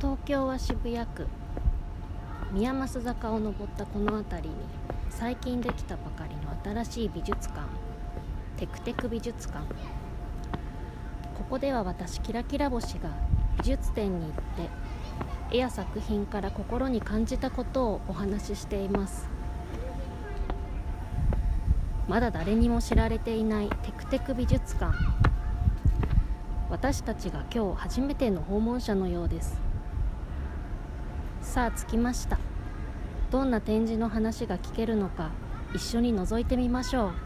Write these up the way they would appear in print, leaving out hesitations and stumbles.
東京は渋谷区宮益坂を登ったこの辺りに最近できたばかりの新しい美術館、テクテク美術館。ここでは私キラキラ星が美術展に行って絵や作品から心に感じたことをお話ししています。まだ誰にも知られていないテクテク美術館、私たちが今日初めての訪問者のようです。さあ着きました。どんな展示の話が聞けるのか一緒に覗いてみましょう。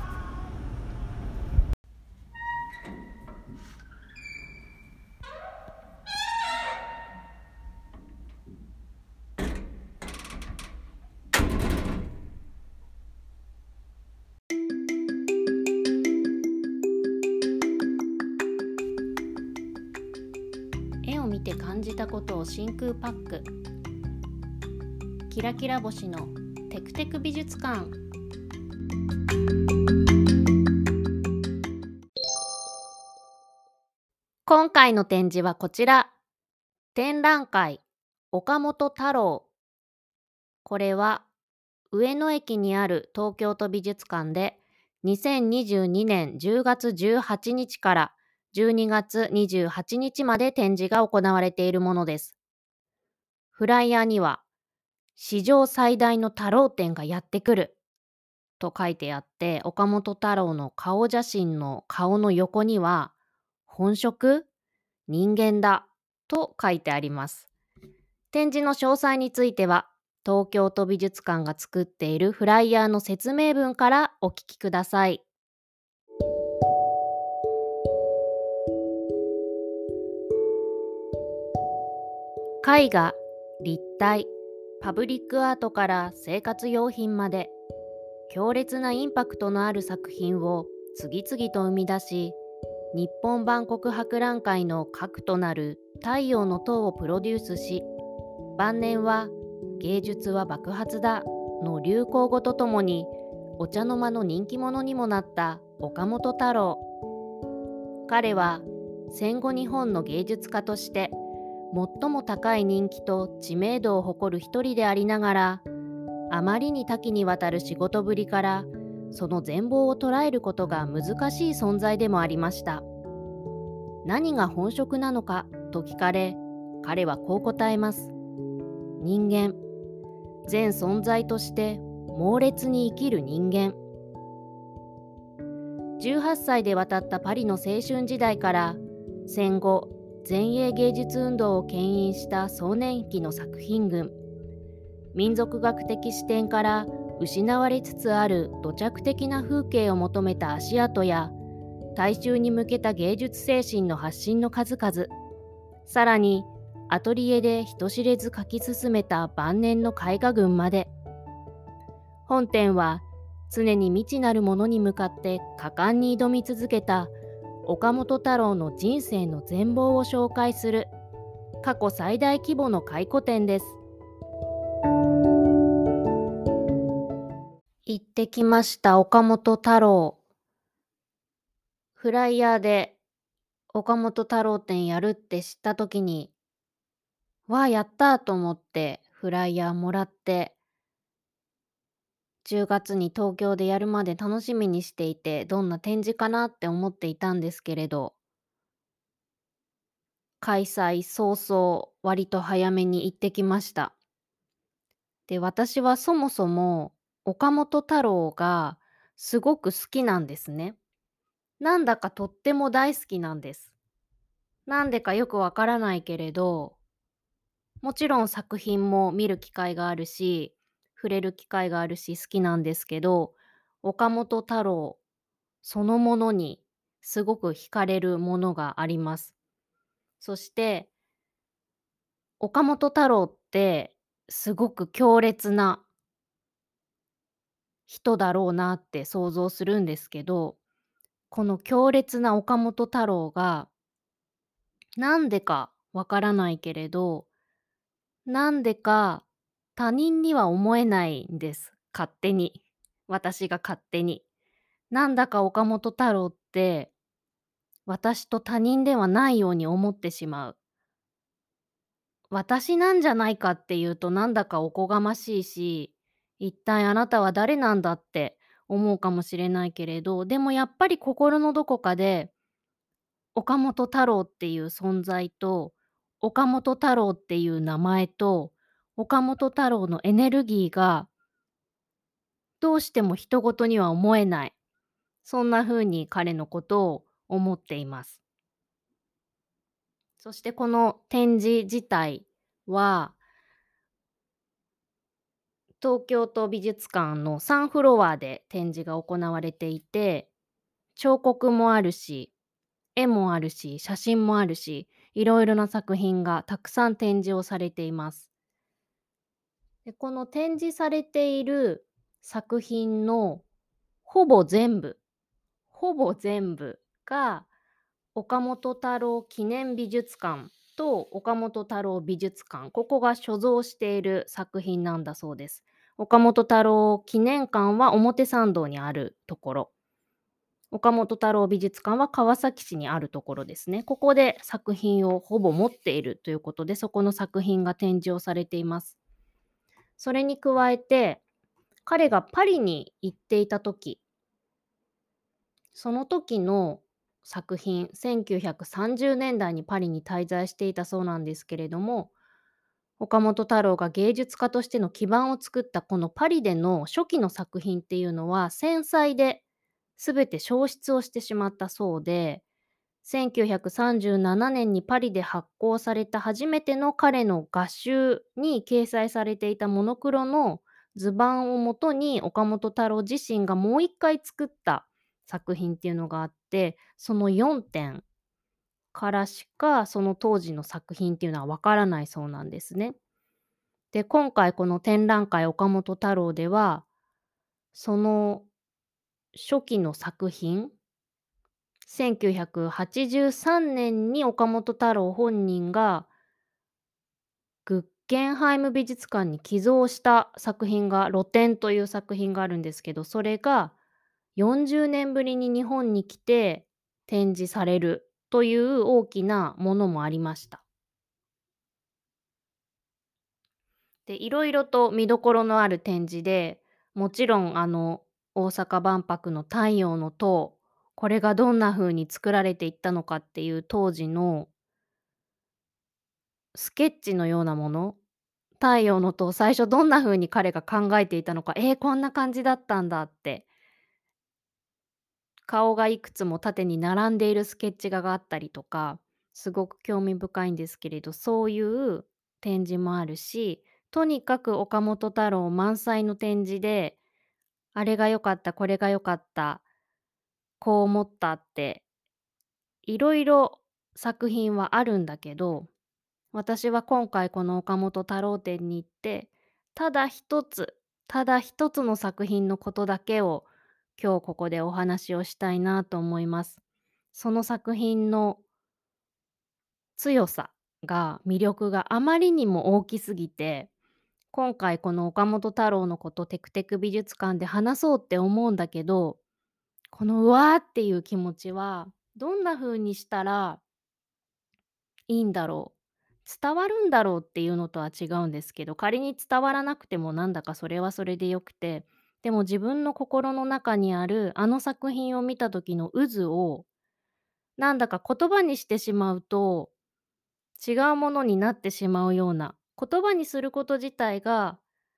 絵を見て感じたことを真空パック、キラキラ星のテクテク美術館。今回の展示はこちら、展覧会岡本太郎。これは上野駅にある東京都美術館で2022年10月18日から12月28日まで展示が行われているものです。フライヤーには史上最大の太郎展がやってくると書いてあって、岡本太郎の顔写真の顔の横には本職人間だと書いてあります。展示の詳細については東京都美術館が作っているフライヤーの説明文からお聞きください。絵画、立体、パブリックアートから生活用品まで強烈なインパクトのある作品を次々と生み出し、日本万国博覧会の核となる太陽の塔をプロデュースし、晩年は芸術は爆発だの流行語とともにお茶の間の人気者にもなった岡本太郎。彼は戦後日本の芸術家として最も高い人気と知名度を誇る一人でありながら、あまりに多岐にわたる仕事ぶりからその全貌を捉えることが難しい存在でもありました。何が本職なのかと聞かれ、彼はこう答えます。人間、全存在として猛烈に生きる人間。18歳で渡ったパリの青春時代から戦後前衛芸術運動を牽引した壮年期の作品群、民族学的視点から失われつつある土着的な風景を求めた足跡や、大衆に向けた芸術精神の発信の数々、さらにアトリエで人知れず書き進めた晩年の絵画群まで、本展は常に未知なるものに向かって果敢に挑み続けた岡本太郎の人生の全貌を紹介する過去最大規模の回顧展です。行ってきました。岡本太郎。フライヤーで岡本太郎展やるって知った時に、わあやったと思ってフライヤーもらって、10月に東京でやるまで楽しみにしていて、どんな展示かなって思っていたんですけれど、開催早々割と早めに行ってきました。で、私はそもそも岡本太郎がすごく好きなんですね。なんだかとっても大好きなんです。なんでかよくわからないけれど、もちろん作品も見る機会があるし、触れる機会があるし好きなんですけど、岡本太郎そのものにすごく惹かれるものがあります。そして、岡本太郎ってすごく強烈な人だろうなって想像するんですけど、この強烈な岡本太郎がなんでかわからないけれど、なんでか他人には思えないんです。勝手に。私が勝手に。なんだか岡本太郎って私と他人ではないように思ってしまう。 私なんじゃないかっていうとなんだかおこがましいし、一体あなたは誰なんだって思うかもしれないけれど、でもやっぱり心のどこかで岡本太郎っていう存在と、岡本太郎っていう名前と、岡本太郎のエネルギーがどうしても人事には思えない。そんな風に彼のことを思っています。そしてこの展示自体は、東京都美術館の3フロアで展示が行われていて、彫刻もあるし、絵もあるし、写真もあるし、いろいろな作品がたくさん展示をされています。で、この展示されている作品のほぼ全部ほぼ全部が岡本太郎記念美術館と岡本太郎美術館、ここが所蔵している作品なんだそうです。岡本太郎記念館は表参道にあるところ、岡本太郎美術館は川崎市にあるところですね。ここで作品をほぼ持っているということで、そこの作品が展示をされています。それに加えて、彼がパリに行っていた時、その時の作品、1930年代にパリに滞在していたそうなんですけれども、岡本太郎が芸術家としての基盤を作ったこのパリでの初期の作品っていうのは戦災で全て焼失をしてしまったそうで、1937年にパリで発行された初めての彼の画集に掲載されていたモノクロの図版をもとに岡本太郎自身がもう一回作った作品っていうのがあって、その4点からしかその当時の作品っていうのはわからないそうなんですね。で、今回この展覧会岡本太郎では、その初期の作品、1983年に岡本太郎本人がグッゲンハイム美術館に寄贈した作品が露展という作品があるんですけど、それが40年ぶりに日本に来て展示されるという大きなものもありました。で、いろいろと見どころのある展示で、もちろん大阪万博の太陽の塔、これがどんな風に作られていったのかっていう当時のスケッチのようなもの、太陽の塔、最初どんな風に彼が考えていたのか、こんな感じだったんだって、顔がいくつも縦に並んでいるスケッチ画があったりとか、すごく興味深いんですけれど、そういう展示もあるし、とにかく岡本太郎満載の展示で、あれが良かった、これが良かった、こう思ったって、いろいろ作品はあるんだけど、私は今回この岡本太郎展に行って、ただ一つ、ただ一つの作品のことだけを今日ここでお話をしたいなと思います。その作品の強さ魅力があまりにも大きすぎて、今回この岡本太郎のことテクテク美術館で話そうって思うんだけど、このうわーっていう気持ちはどんな風にしたらいいんだろう、伝わるんだろうっていうのとは違うんですけど、仮に伝わらなくてもなんだかそれはそれでよくて、でも自分の心の中にあるあの作品を見た時の渦を、なんだか言葉にしてしまうと、違うものになってしまうような、言葉にすること自体が、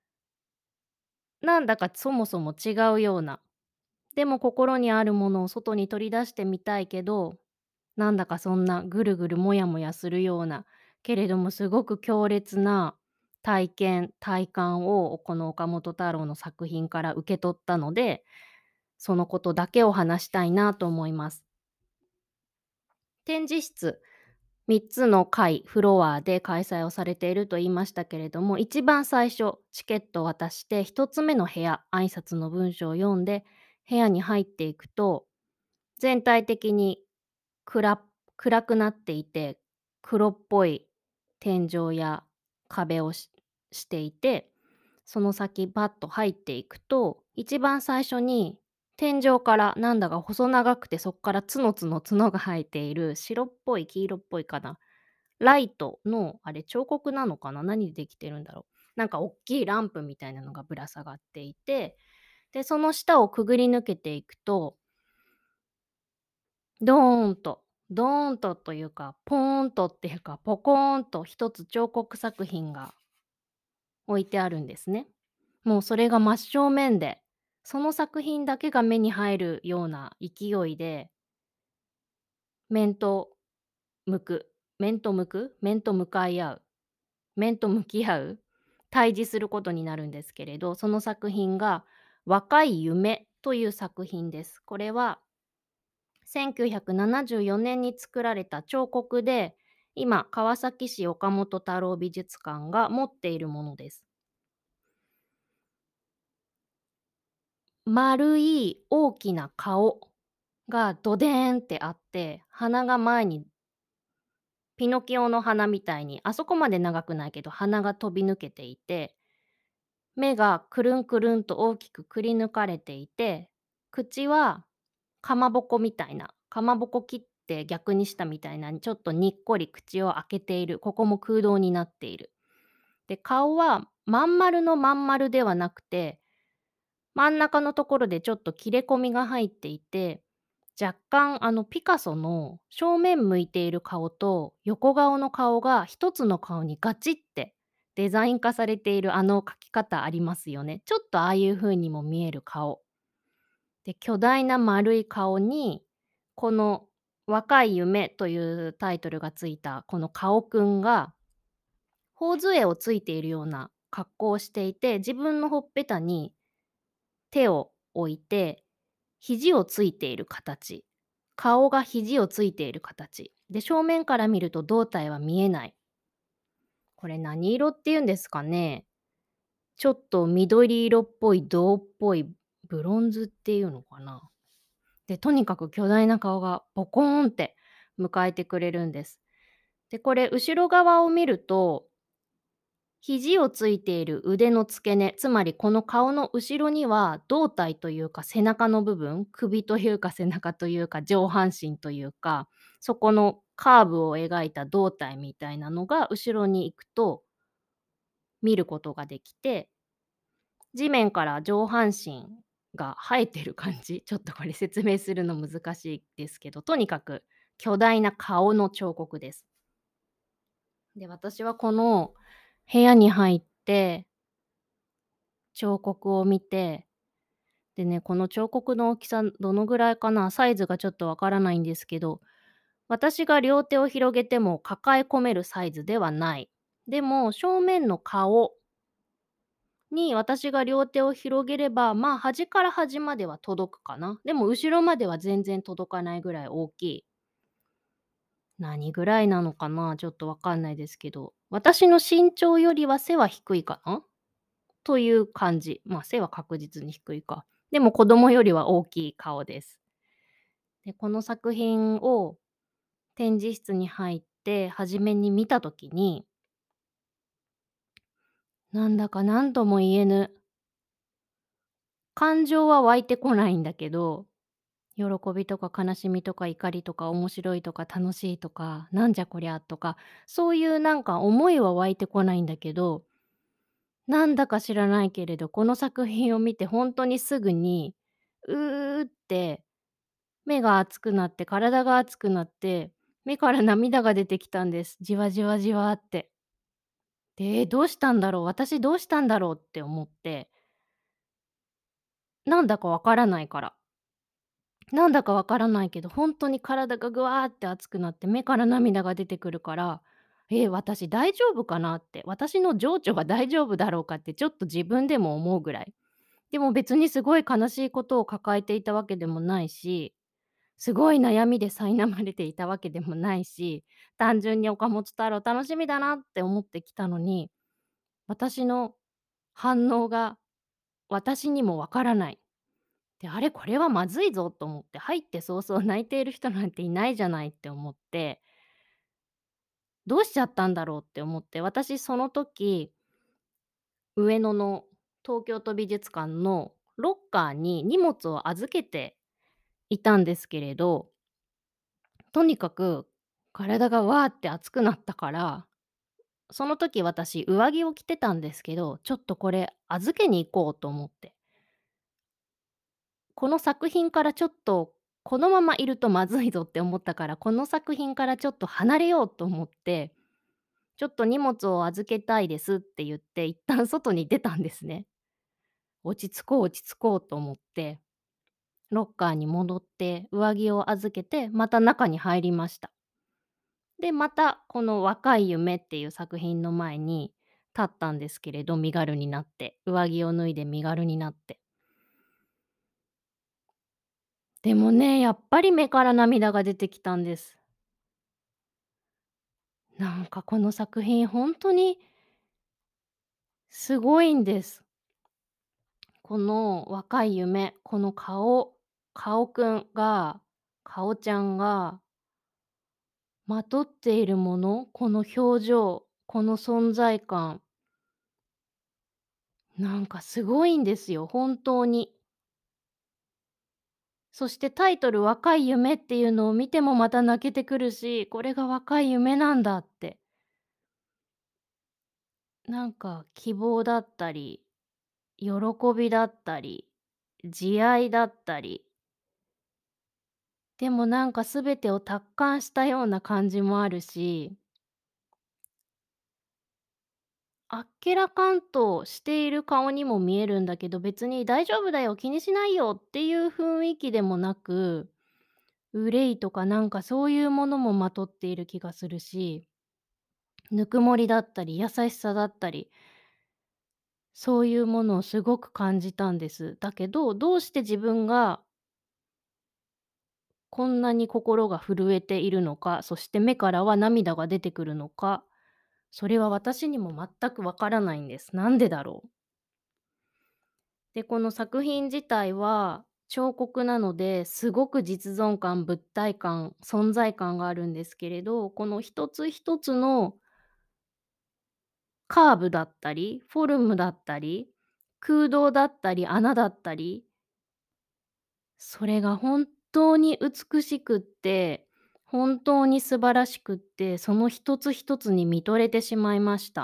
なんだかそもそも違うような、でも心にあるものを外に取り出してみたいけど、なんだかそんなぐるぐるもやもやするような、けれどもすごく強烈な体験、体感をこの岡本太郎の作品から受け取ったので、そのことだけを話したいなと思います。展示室、3つの階、フロアで開催をされていると言いましたけれども、一番最初、チケットを渡して1つ目の部屋、挨拶の文章を読んで部屋に入っていくと、全体的に暗暗くなっていて、黒っぽい天井や壁をしていて、その先バッと入っていくと、一番最初に天井からなんだか細長くてそっからツノツノ角が生えている白っぽい黄色っぽいかな、 ライトの、あれ彫刻なのかな、何でできてるんだろう。なんかおっきいランプみたいなのがぶら下がっていて、で、その下をくぐり抜けていくと、ドーンと、ドーンとというか、ポーンとっていうか、ポコーンと一つ彫刻作品が置いてあるんですね。もうそれが真正面で、その作品だけが目に入るような勢いで、面と向く、面と向く、面と向かい合う、面と向き合う、対峙することになるんですけれど、その作品が若い夢という作品です。これは1974年に作られた彫刻で、今川崎市岡本太郎美術館が持っているものです。丸い大きな顔がドデーンってあって、鼻が前にピノキオの鼻みたいに、あそこまで長くないけど鼻が飛び抜けていて、目がくるんくるんと大きくくり抜かれていて、口はかまぼこみたいな、かまぼこ切って逆にしたみたいな、ちょっとにっこり口を開けている、ここも空洞になっている。で、顔はまん丸のまん丸ではなくて、真ん中のところでちょっと切れ込みが入っていて、若干ピカソの正面向いている顔と横顔の顔が一つの顔にガチってデザイン化されているあの描き方ありますよね。ちょっとああいう風にも見える顔。で、巨大な丸い顔に、この若い夢というタイトルがついたこの顔くんが、頬杖をついているような格好をしていて、自分のほっぺたに手を置いて、肘をついている形。顔が肘をついている形。で、正面から見ると胴体は見えない。これ何色っていうんですかね。ちょっと緑色っぽい銅っぽいブロンズっていうのかな。で、とにかく巨大な顔がボコーンって迎えてくれるんです。で、これ後ろ側を見ると、肘をついている腕の付け根、つまりこの顔の後ろには胴体というか背中の部分、首というか背中というか上半身というか、そこのカーブを描いた胴体みたいなのが後ろに行くと見ることができて、地面から上半身が生えてる感じ、ちょっとこれ説明するの難しいですけど、とにかく巨大な顔の彫刻です。で、私はこの部屋に入って彫刻を見て、でね、この彫刻の大きさどのぐらいかな、サイズがちょっとわからないんですけど、私が両手を広げても抱え込めるサイズではない。でも正面の顔に私が両手を広げれば、まあ端から端までは届くかな。でも後ろまでは全然届かないぐらい大きい。何ぐらいなのかな、ちょっとわかんないですけど、私の身長よりは背は低いかなという感じ。まあ背は確実に低いか。でも子供よりは大きい顔です。で、この作品を展示室に入って初めに見た時に、なんだか何とも言えぬ、感情は湧いてこないんだけど、喜びとか悲しみとか怒りとか面白いとか楽しいとか、なんじゃこりゃとか、そういうなんか思いは湧いてこないんだけど、なんだか知らないけれど、この作品を見て本当にすぐに、うって目が熱くなって体が熱くなって、目から涙が出てきたんです。じわじわじわって。で、どうしたんだろう、私どうしたんだろうって思って、なんだかわからないから。なんだかわからないけど、ほんとに体がぐわって熱くなって目から涙が出てくるから、私大丈夫かなって、私の情緒は大丈夫だろうかってちょっと自分でも思うぐらい。でも別にすごい悲しいことを抱えていたわけでもないし、すごい悩みで苛まれていたわけでもないし、単純に岡本太郎楽しみだなって思ってきたのに、私の反応が私にもわからない。で、あれ、これはまずいぞと思って、入って早々泣いている人なんていないじゃないって思って、どうしちゃったんだろうって思って、私その時、上野の東京都美術館のロッカーに荷物を預けていたんですけれど、とにかく体がわーって熱くなったから、その時私上着を着てたんですけど、ちょっとこれ預けに行こうと思って。この作品からちょっと、このままいるとまずいぞって思ったから、この作品からちょっと離れようと思って、ちょっと荷物を預けたいですって言って、一旦外に出たんですね。落ち着こうと思って、ロッカーに戻って上着を預けて、また中に入りました。で、またこの若い夢っていう作品の前に立ったんですけれど、身軽になって、上着を脱いで身軽になって。でもね、やっぱり目から涙が出てきたんです。なんかこの作品ほんとにすごいんです。この若い夢、この顔くんが顔ちゃんがまとっているもの、この表情、この存在感、なんかすごいんですよ、本当に。そしてタイトル「若い夢」っていうのを見てもまた泣けてくるし、これが若い夢なんだって。なんか希望だったり、喜びだったり、慈愛だったり、でもなんか全てを達観したような感じもあるし、あっけらかんとしている顔にも見えるんだけど、別に大丈夫だよ、気にしないよっていう雰囲気でもなく、憂いとかなんかそういうものもまとっている気がするし、ぬくもりだったり優しさだったり、そういうものをすごく感じたんです。だけど、どうして自分がこんなに心が震えているのか、そして目からは涙が出てくるのか、それは私にも全くわからないんです。なんでだろう。で、この作品自体は彫刻なので、すごく実存感、物体感、存在感があるんですけれど、この一つ一つのカーブだったり、フォルムだったり、空洞だったり、穴だったり、それが本当に美しくって、本当に素晴らしくって、その一つ一つに見とれてしまいました。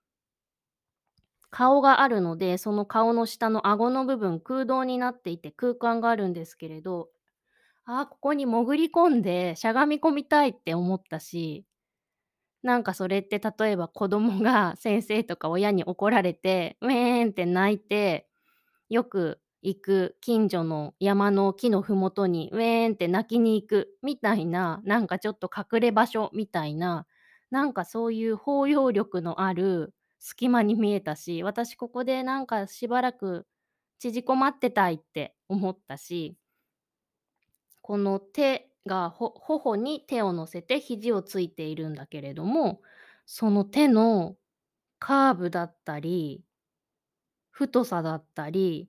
顔があるので、その顔の下の顎の部分、空洞になっていて空間があるんですけれど、ああ、ここに潜り込んでしゃがみ込みたいって思ったし、なんかそれって例えば子供が先生とか親に怒られて、ウェーンって泣いて、よく行く近所の山の木のふもとにウェーンって泣きに行くみたいな、なんかちょっと隠れ場所みたいな、なんかそういう包容力のある隙間に見えたし、私ここでなんかしばらく縮こまってたいって思ったし、この手が頬に手を乗せて肘をついているんだけれども、その手のカーブだったり、太さだったり、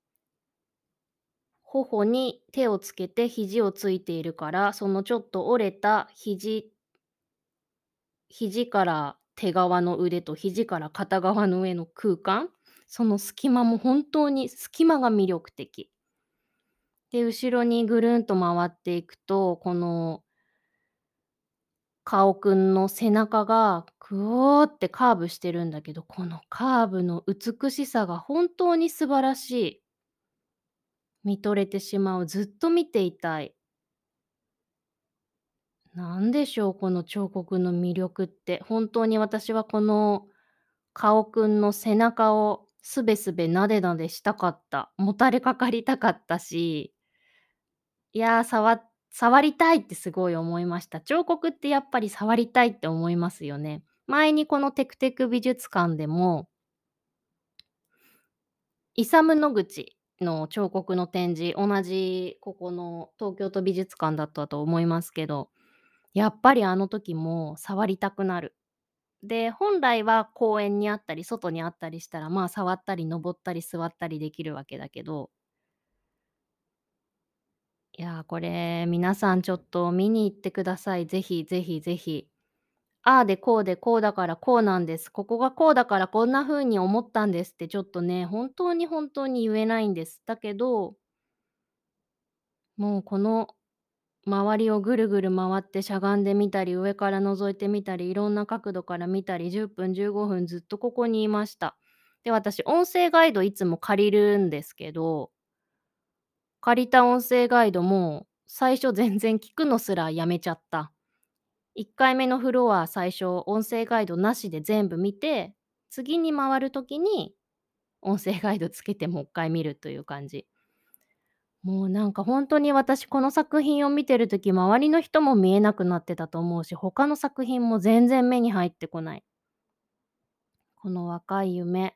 頬に手をつけて肘をついているから、そのちょっと折れた肘から手側の腕と肘から片側の上の空間、その隙間も本当に隙間が魅力的。で、後ろにぐるんと回っていくと、この顔くんの背中がぐおーってカーブしてるんだけど、このカーブの美しさが本当に素晴らしい。見とれてしまう、ずっと見ていたい。なんでしょう、この彫刻の魅力って。本当に私はこの顔くんの背中をすべすべなでなでしたかった。もたれかかりたかったし、いや、触りたいってすごい思いました。彫刻ってやっぱり触りたいって思いますよね。前にこのテクテク美術館でも、イサム・ノグチの彫刻の展示、同じここの東京都美術館だったと思いますけど、やっぱりあの時も触りたくなる。で、本来は公園にあったり、外にあったりしたら、まあ、触ったり登ったり座ったりできるわけだけど、いや、これ皆さんちょっと見に行ってください。ぜひぜひぜひ。ああでこうでこうだからこうなんです。ここがこうだからこんな風に思ったんですってちょっとね、本当に本当に言えないんです。だけど、もうこの周りをぐるぐる回ってしゃがんでみたり、上から覗いてみたり、いろんな角度から見たり、10分、15分ずっとここにいました。で、私音声ガイドいつも借りるんですけど、借りた音声ガイドも最初全然聞くのすらやめちゃった。1回目のフロア最初音声ガイドなしで全部見て、次に回る時に音声ガイドつけてもう一回見るという感じ。もうなんかほんとに私この作品を見てる時、周りの人も見えなくなってたと思うし、他の作品も全然目に入ってこない。この若い夢、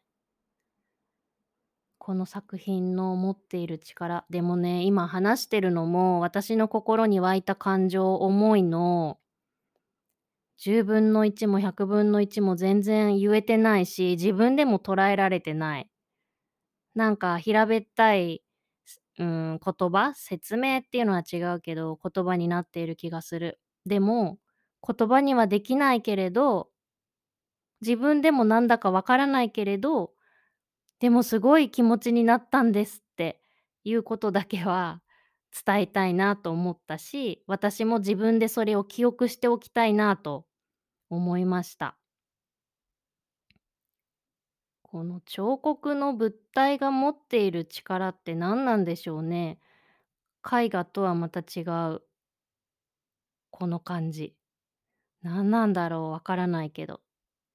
この作品の持っている力。でもね、今話してるのも、私の心に湧いた感情、思いの10分の1も100分の1も全然言えてないし、自分でも捉えられてない。なんか平べったい、言葉、説明っていうのは違うけど、言葉になっている気がする。でも、言葉にはできないけれど、自分でもなんだかわからないけれど、でもすごい気持ちになったんですっていうことだけは伝えたいなと思ったし、私も自分でそれを記憶しておきたいなと思いました。この彫刻の物体が持っている力って何なんでしょうね。絵画とはまた違う、この感じ。何なんだろう、わからないけど。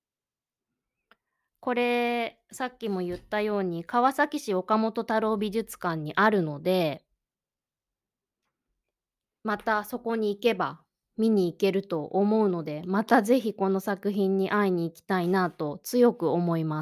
これ、さっきも言ったように、川崎市岡本太郎美術館にあるので、またそこに行けば見に行けると思うので、またぜひこの作品に会いに行きたいなと強く思います。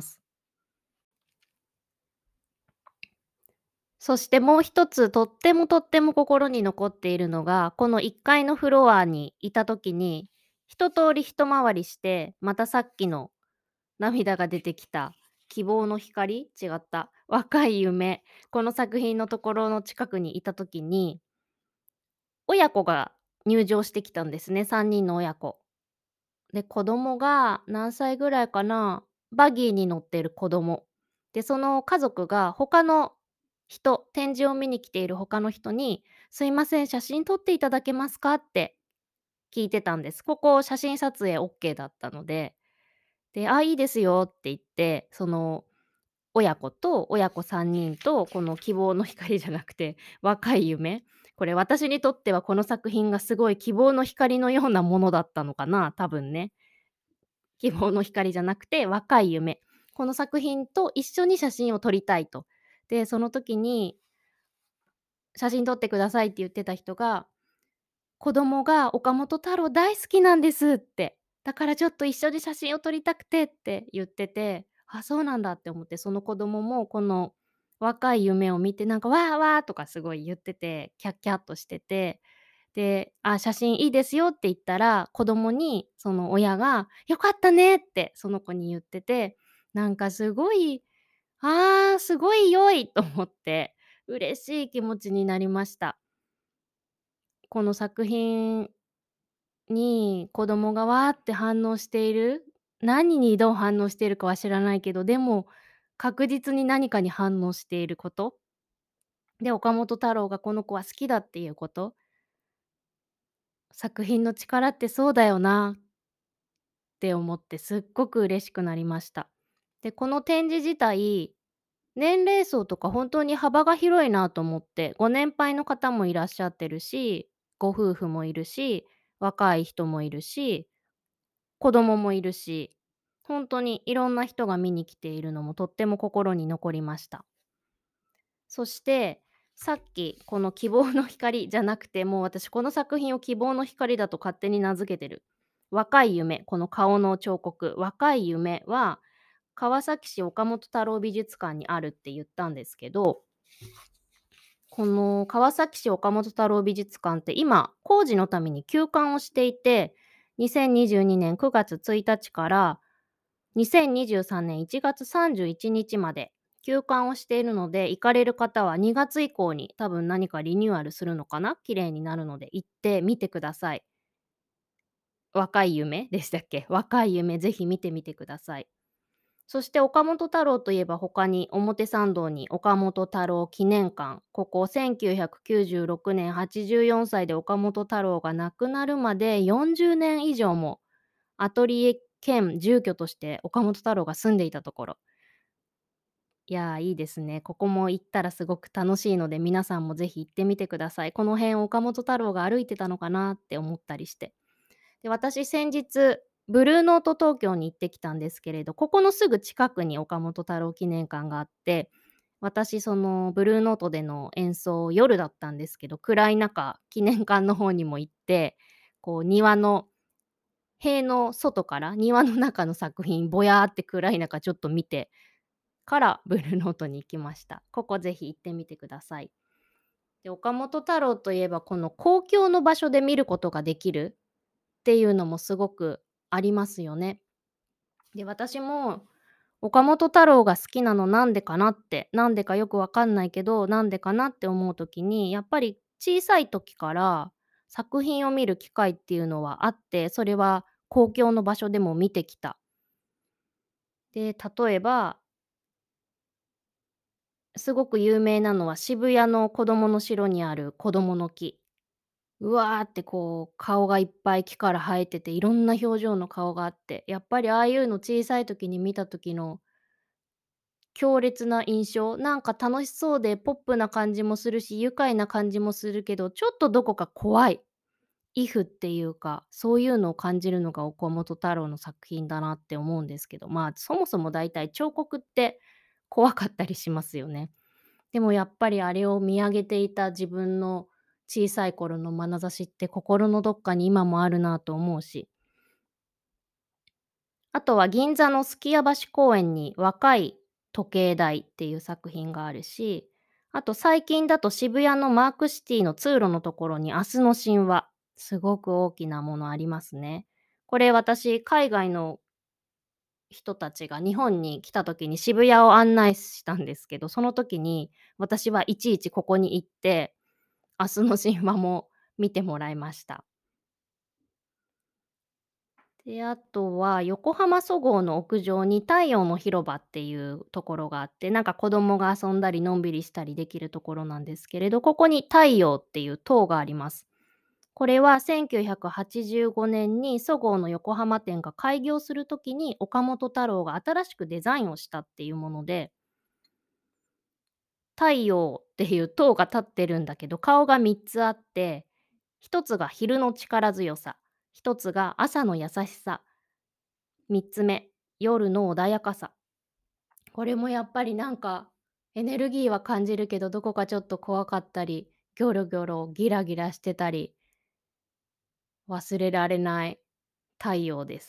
そしてもう一つ、とってもとっても心に残っているのが、この1階のフロアにいた時に、一通り一回りして、またさっきの涙が出てきた希望の光違った、若い夢、この作品のところの近くにいた時に、親子が入場してきたんですね、3人の親子。で、子供が何歳ぐらいかな、バギーに乗ってる子供。で、その家族が他の人、展示を見に来ている他の人に、「すいません、写真撮っていただけますか？」って聞いてたんです。ここ写真撮影オッケーだったので、で、「あ、いいですよ」って言って、その親子と親子3人と、この希望の光じゃなくて、若い夢。これ私にとってはこの作品がすごい希望の光のようなものだったのかな、多分ね。希望の光じゃなくて若い夢。この作品と一緒に写真を撮りたいと。で、その時に写真撮ってくださいって言ってた人が、子供が岡本太郎大好きなんですって。だからちょっと一緒に写真を撮りたくてって言ってて、あ、そうなんだって思って、その子供もこの若い夢を見てなんかわーわーとかすごい言ってて、キャッキャッとしてて、で、「あ、写真いいですよ」って言ったら、子供にその親が「よかったね」ってその子に言ってて、なんかすごい、すごい良いと思って、嬉しい気持ちになりました。この作品に子供がわーって反応している、何にどう反応しているかは知らないけど、でも確実に何かに反応していること、で、岡本太郎がこの子は好きだっていうこと、作品の力ってそうだよなって思ってすっごく嬉しくなりました。で、この展示自体、年齢層とか本当に幅が広いなと思って、ご年配の方もいらっしゃってるし、ご夫婦もいるし、若い人もいるし、子供もいるし、本当にいろんな人が見に来ているのもとっても心に残りました。そして、さっきこの希望の光じゃなくて、もう私この作品を希望の光だと勝手に名付けてる。若い夢、この顔の彫刻、若い夢は川崎市岡本太郎美術館にあるって言ったんですけど、この川崎市岡本太郎美術館って今工事のために休館をしていて、2022年9月1日から2023年1月31日まで休館をしているので、行かれる方は2月以降に多分何かリニューアルするのかな、綺麗になるので行ってみてください。若い夢でしたっけ？若い夢ぜひ見てみてください。 そして岡本太郎といえば他に表参道に岡本太郎記念館、ここ1996年84歳で岡本太郎が亡くなるまで40年以上もアトリエ兼住居として岡本太郎が住んでいたところ。いやー、いいですね。ここも行ったらすごく楽しいので、皆さんもぜひ行ってみてください。この辺岡本太郎が歩いてたのかなって思ったりして。で、私先日、ブルーノート東京に行ってきたんですけれど、ここのすぐ近くに岡本太郎記念館があって、私そのブルーノートでの演奏、夜だったんですけど、暗い中、記念館の方にも行って、こう庭の塀の外から庭の中の作品、ぼやーって暗い中ちょっと見てからブルーノートに行きました。ここぜひ行ってみてください。で、岡本太郎といえば、この公共の場所で見ることができるっていうのもすごくありますよね。で、私も岡本太郎が好きなのなんでかなって、なんでかよくわかんないけど、なんでかなって思う時に、やっぱり小さい時から作品を見る機会っていうのはあって、それは公共の場所でも見てきた。で、例えばすごく有名なのは渋谷の子供の城にある子供の木。うわーってこう顔がいっぱい木から生えてて、いろんな表情の顔があって、やっぱりああいうの小さい時に見た時の強烈な印象、なんか楽しそうでポップな感じもするし、愉快な感じもするけど、ちょっとどこか怖い、イフっていうか、そういうのを感じるのが岡本太郎の作品だなって思うんですけど、まあ、そもそも大体彫刻って怖かったりしますよね。でもやっぱりあれを見上げていた自分の小さい頃の眼差しって心のどっかに今もあるなと思うし、あとは銀座のすきや橋公園に若い時計台っていう作品があるし、あと最近だと渋谷のマークシティの通路のところに明日の神話、すごく大きなものありますね。これ私、海外の人たちが日本に来た時に渋谷を案内したんですけど、その時に私はいちいちここに行って、明日の神話も見てもらいました。で、あとは横浜そごうの屋上に太陽の広場っていうところがあって、なんか子供が遊んだりのんびりしたりできるところなんですけれど、ここに太陽っていう塔があります。これは1985年にそごうの横浜店が開業する時に岡本太郎が新しくデザインをしたっていうもので、太陽っていう塔が立ってるんだけど、顔が3つあって、1つが昼の力強さ、1つが朝の優しさ、3つ目、夜の穏やかさ。これもやっぱりなんか、エネルギーは感じるけど、どこかちょっと怖かったり、ギョロギョロ、ギラギラしてたり、忘れられない太陽です。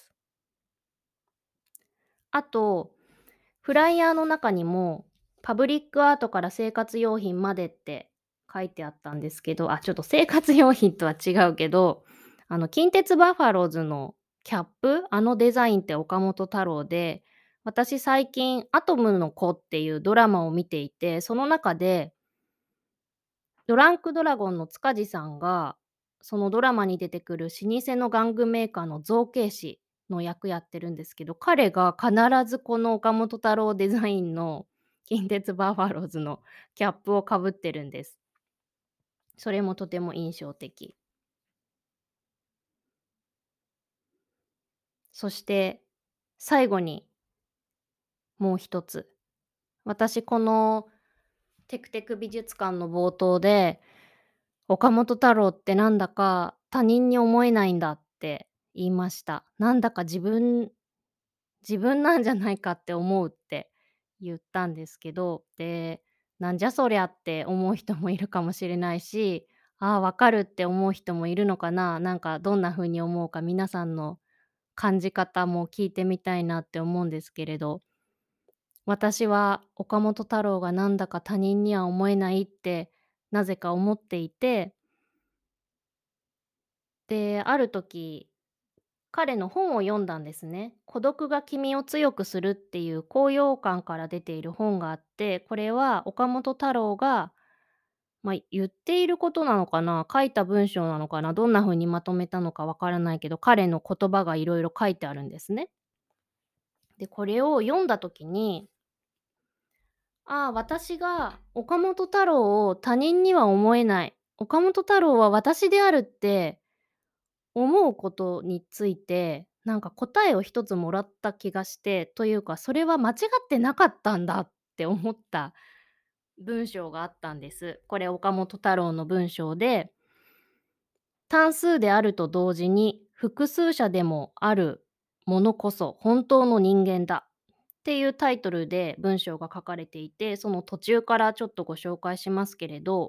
あと、フライヤーの中にも、パブリックアートから生活用品までって書いてあったんですけど、あ、ちょっと生活用品とは違うけど、近鉄バファローズのキャップ、あのデザインって岡本太郎で、私最近アトムの子っていうドラマを見ていて、その中でドランクドラゴンの塚地さんが、そのドラマに出てくる老舗の玩具メーカーの造形師の役やってるんですけど、彼が必ずこの岡本太郎デザインの近鉄バファローズのキャップをかぶってるんです。それもとても印象的。そして最後にもう一つ。私このテクテク美術館の冒頭で、岡本太郎ってなんだか他人に思えないんだって言いました。なんだか自分なんじゃないかって思うって言ったんですけど、で、なんじゃそりゃって思う人もいるかもしれないし、ああ、わかるって思う人もいるのかな、なんかどんな風に思うか皆さんの感じ方も聞いてみたいなって思うんですけれど、私は岡本太郎がなんだか他人には思えないってなぜか思っていて、で、ある時彼の本を読んだんですね。孤独が君を強くするっていう高揚感から出ている本があって、これは岡本太郎が、言っていることなのかな、書いた文章なのかな、どんな風にまとめたのかわからないけど、彼の言葉がいろいろ書いてあるんですね。 で、これを読んだ時に、ああ、私が岡本太郎を他人には思えない。岡本太郎は私であるって思うことについて、なんか答えを一つもらった気がして、というか、それは間違ってなかったんだって思った文章があったんです。これ岡本太郎の文章で、単数であると同時に複数者でもあるものこそ本当の人間だっていうタイトルで文章が書かれていて、その途中からちょっとご紹介しますけれど、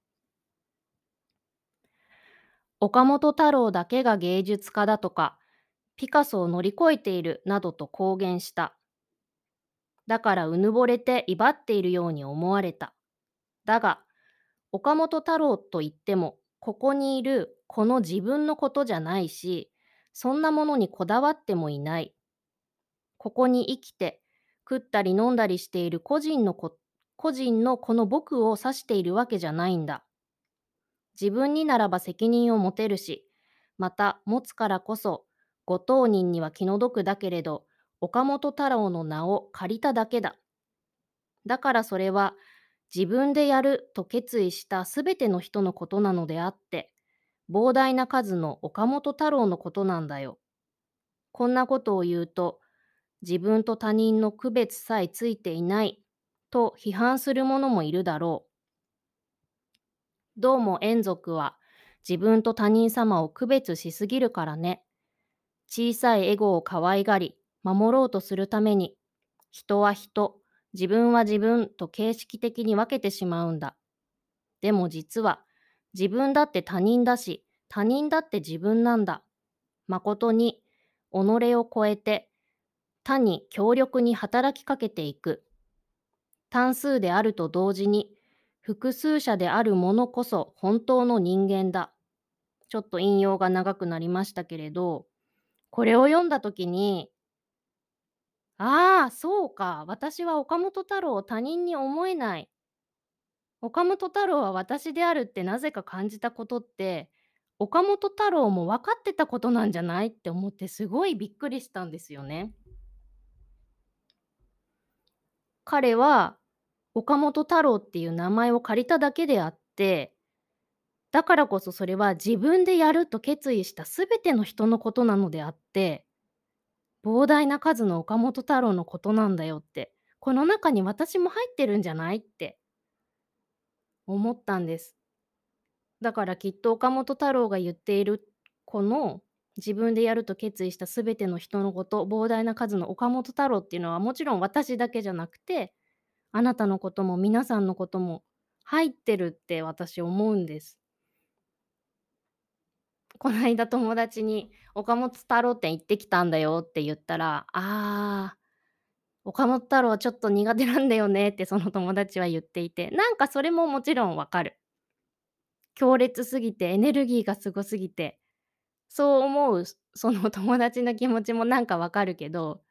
岡本太郎だけが芸術家だとか、ピカソを乗り越えているなどと公言した。だからうぬぼれて威張っているように思われた。だが、岡本太郎といっても、ここにいるこの自分のことじゃないし、そんなものにこだわってもいない。ここに生きて、食ったり飲んだりしている個人のこの僕を指しているわけじゃないんだ。自分にならば責任を持てるし、また持つからこそ、ご当人には気の毒だけれど、岡本太郎の名を借りただけだ。だからそれは、自分でやると決意したすべての人のことなのであって、膨大な数の岡本太郎のことなんだよ。こんなことを言うと、自分と他人の区別さえついていないと批判する者もいるだろう。どうも猿族は自分と他人様を区別しすぎるからね。小さいエゴを可愛がり、守ろうとするために、人は人、自分は自分と形式的に分けてしまうんだ。でも実は、自分だって他人だし、他人だって自分なんだ。誠に、己を超えて、他に強力に働きかけていく。単数であると同時に、複数者であるものこそ本当の人間だ。ちょっと引用が長くなりましたけれど、これを読んだときに、ああ、そうか、私は岡本太郎を他人に思えない。岡本太郎は私であるってなぜか感じたことって、岡本太郎も分かってたことなんじゃないって思ってすごいびっくりしたんですよね。彼は岡本太郎っていう名前を借りただけであって、だからこそそれは自分でやると決意したすべての人のことなのであって、膨大な数の岡本太郎のことなんだよって、この中に私も入ってるんじゃないって思ったんです。だからきっと岡本太郎が言っているこの自分でやると決意したすべての人のこと、膨大な数の岡本太郎っていうのはもちろん私だけじゃなくて、あなたのことも皆さんのことも入ってるって私思うんです。この間友達に岡本太郎展行ってきたんだよって言ったら、岡本太郎ちょっと苦手なんだよねってその友達は言っていて、なんかそれももちろんわかる。強烈すぎてエネルギーがすごすぎて、そう思うその友達の気持ちもなんかわかるけど、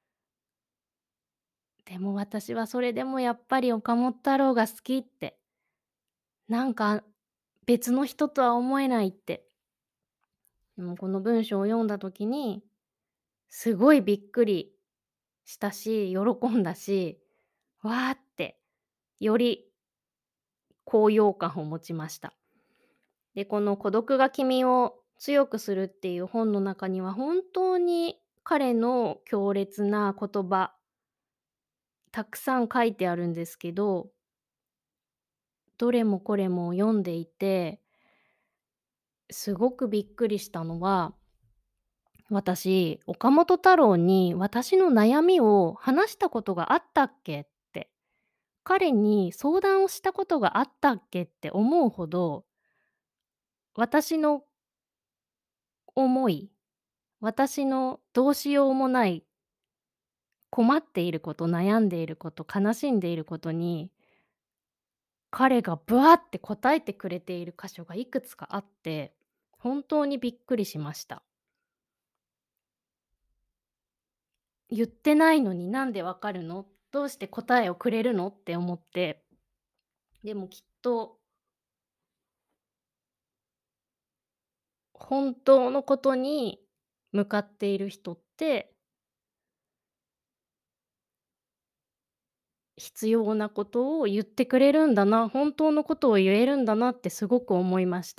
でも私はそれでもやっぱり岡本太郎が好きって、なんか別の人とは思えないって、この文章を読んだ時に、すごいびっくりしたし、喜んだし、わーって、より高揚感を持ちました。で、この孤独が君を強くするっていう本の中には、本当に彼の強烈な言葉、たくさん書いてあるんですけど、どれもこれも読んでいて、すごくびっくりしたのは、私、岡本太郎に私の悩みを話したことがあったっけって、彼に相談をしたことがあったっけって思うほど、私の思い、私のどうしようもない困っていること、悩んでいること、悲しんでいることに、彼がブワーって答えてくれている箇所がいくつかあって、本当にびっくりしました。言ってないのになんでわかるの？どうして答えをくれるの？って思って、でもきっと本当のことに向かっている人って、 必要なことを言ってくれるんだな、本当のことを言えるんだなってすごく思いました。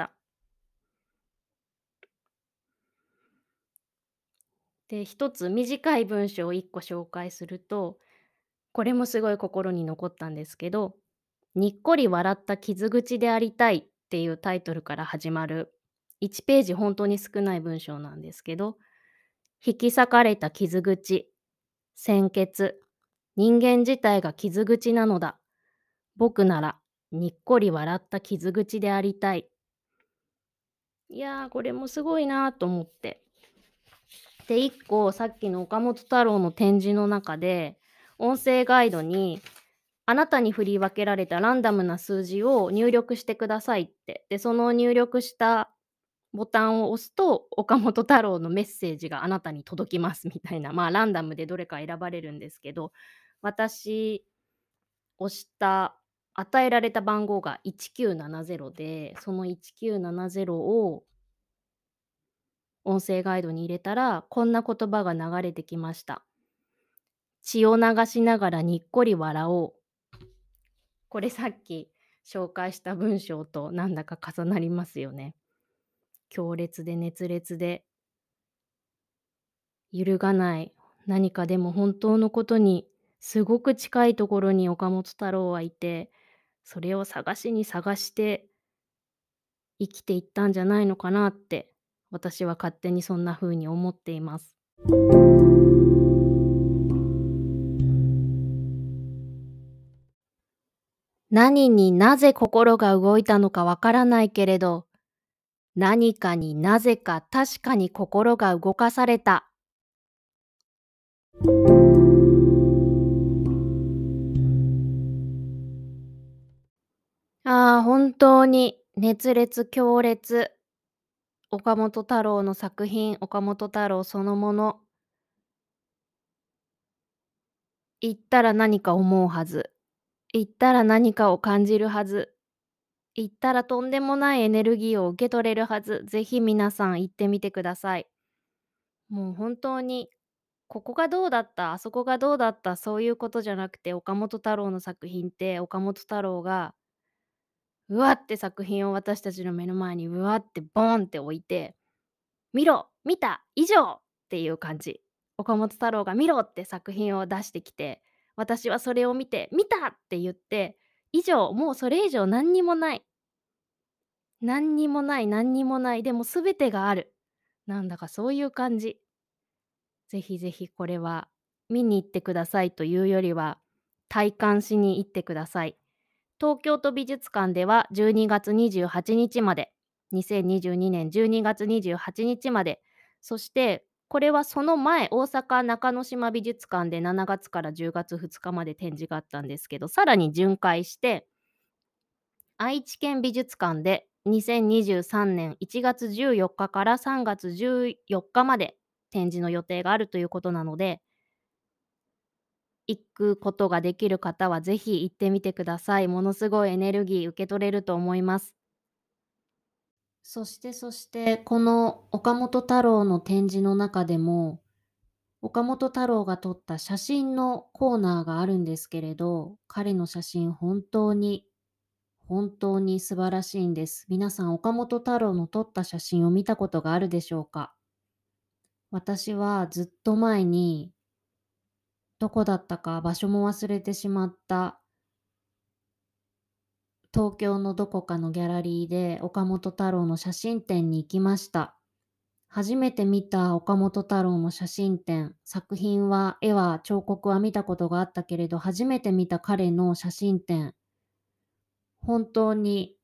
で、一つ短い文章を1個紹介すると、これもすごい心に残ったんですけど、にっこり笑った傷口でありたいっていうタイトルから始まる、1ページ本当に少ない文章なんですけど、引き裂かれた傷口、鮮血、人間自体が傷口なのだ。僕ならにっこり笑った傷口でありたい。いやー、これもすごいなと思って。で、1個さっきの岡本太郎の展示の中で、音声ガイドに、あなたに振り分けられたランダムな数字を入力してくださいって。で、その入力したボタンを押すと、岡本太郎のメッセージがあなたに届きますみたいな、まあ、ランダムでどれか選ばれるんですけど、私押した与えられた番号が1970で、その1970を音声ガイドに入れたら、こんな言葉が流れてきました。血を流しながらにっこり笑おう。これさっき紹介した文章となんだか重なりますよね。強烈で熱烈で揺るがない、何かでも本当のことにすごく近いところに岡本太郎はいて、それを探しに探して生きていったんじゃないのかなって、私は勝手にそんな風に思っています。何になぜ心が動いたのかわからないけれど、何かになぜか確かに心が動かされた。ああ、本当に熱烈強烈。岡本太郎の作品、岡本太郎そのもの。言ったら何か思うはず。言ったら何かを感じるはず。言ったらとんでもないエネルギーを受け取れるはず。ぜひ皆さん行ってみてください。もう本当に、ここがどうだった、あそこがどうだった、そういうことじゃなくて、岡本太郎の作品って岡本太郎がうわって作品を私たちの目の前にうわってボーンって置いて、見ろ、見た、以上っていう感じ。岡本太郎が見ろって作品を出してきて、私はそれを見て、見たって言って、以上、もうそれ以上何にもない。何にもない、何にもない。でも全てがある。なんだかそういう感じ。ぜひぜひこれは見に行ってくださいというよりは、体感しに行ってください。東京都美術館では12月28日まで、2022年12月28日まで、そしてこれはその前、大阪中之島美術館で7月から10月2日まで展示があったんですけど、さらに巡回して、愛知県美術館で2023年1月14日かから3月14日まで展示の予定があるということなので、行くことができる方はぜひ行ってみてください。ものすごいエネルギー受け取れると思います。そして、この岡本太郎の展示の中でも、岡本太郎が撮った写真のコーナーがあるんですけれど、彼の写真本当に素晴らしいんです。皆さん、岡本太郎の撮った写真を見たことがあるでしょうか？私はずっと前に、どこだったか場所も忘れてしまった東京のどこかのギャラリーで岡本太郎の写真展に行きました。初めて見た岡本太郎の写真展、作品は、絵は、彫刻は見たことがあったけれど、初めて見た彼の写真展、本当に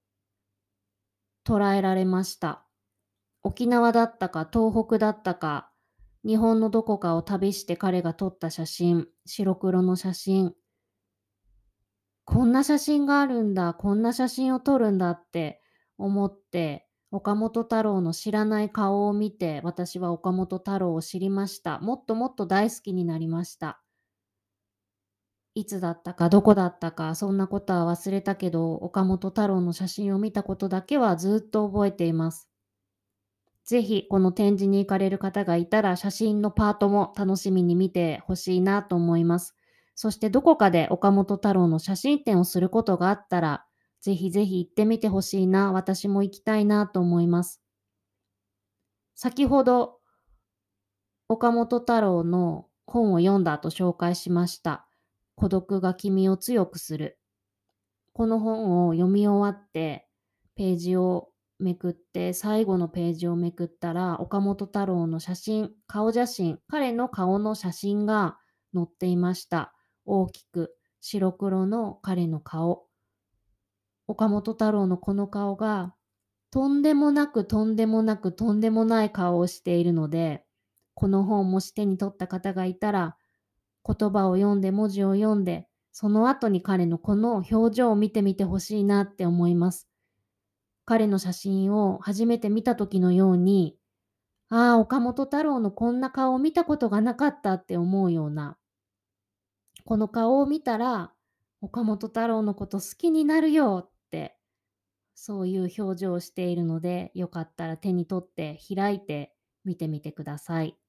捉えられました。沖縄だったか東北だったか、日本のどこかを旅して彼が撮った写真、白黒の写真、こんな写真があるんだ、こんな写真を撮るんだって思って、岡本太郎の知らない顔を見て、私は岡本太郎を知りました。もっともっと大好きになりました。いつだったか、どこだったか、そんなことは忘れたけど、岡本太郎の写真を見たことだけはずっと覚えています。ぜひ、この展示に行かれる方がいたら、写真のパートも楽しみに見てほしいなと思います。 そしてどこかで岡本太郎の写真展をすることがあったら、ぜひぜひ行ってみてほしいな、私も行きたいなと思います。先ほど岡本太郎の本を読んだと紹介しました。孤独が君を強くする。この本を読み終わって、ページをめくって、最後のページをめくったら、岡本太郎の写真、顔写真、彼の顔の写真が載っていました。大きく白黒の彼の顔。岡本太郎のこの顔が、とんでもなくとんでもなくとんでもない顔をしているので、この本をもし手に取った方がいたら、言葉を読んで文字を読んで、その後に彼のこの表情を見てみてほしいなって思います。彼の写真を初めて見た時のように、ああ、岡本太郎のこんな顔を見たことがなかったって思うような、この顔を見たら、岡本太郎のこと好きになるよって、そういう表情をしているので、よかったら手に取って開いて見てみてください。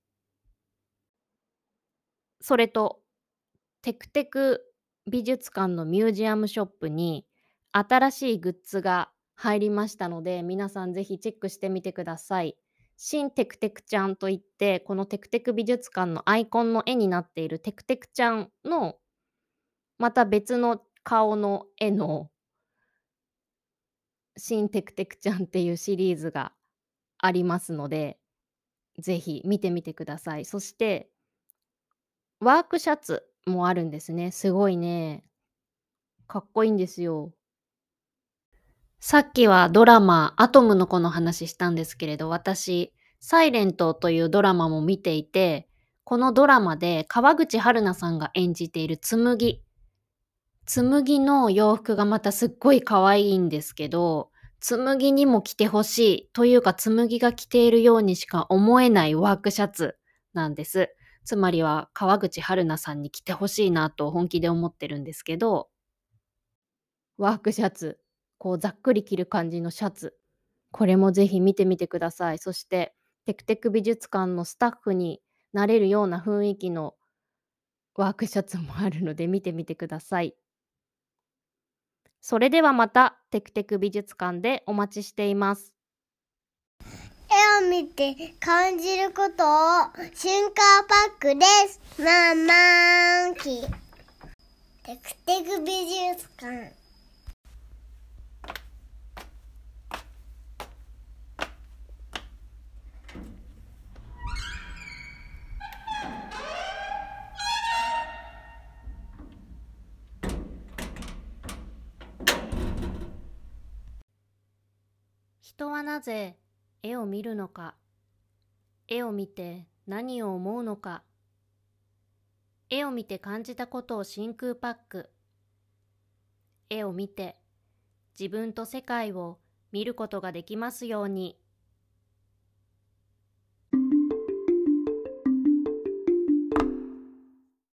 それと、テクテク美術館のミュージアムショップに新しいグッズが入りましたので、皆さんぜひチェックしてみてください。新テクテクちゃんといって、このテクテク美術館のアイコンの絵になっているテクテクちゃんのまた別の顔の絵の新テクテクちゃんっていうシリーズがありますので、ぜひ見てみてください。そしてワークシャツもあるんですね。すごいね、かっこいいんですよ。さっきはドラマアトムの子の話したんですけれど、私、サイレントというドラマも見ていて、このドラマで川口春奈さんが演じている紬。紬の洋服がまたすっごい可愛いんですけど、紬にも着てほしいというか、紬が着ているようにしか思えないワークシャツなんです。つまりは川口春奈さんに着てほしいなと本気で思ってるんですけど、ワークシャツ、こうざっくり着る感じのシャツ、これもぜひ見てみてください。そして、テクテク美術館のスタッフになれるような雰囲気のワークシャツもあるので見てみてください。それではまたテクテク美術館でお待ちしています。 絵を見て感じることを瞬間パックです。マンマーンキテクテク美術館。 人はなぜ絵を見るのか。絵を見て何を思うのか。絵を見て感じたことを真空パック。絵を見て自分と世界を見ることができますように。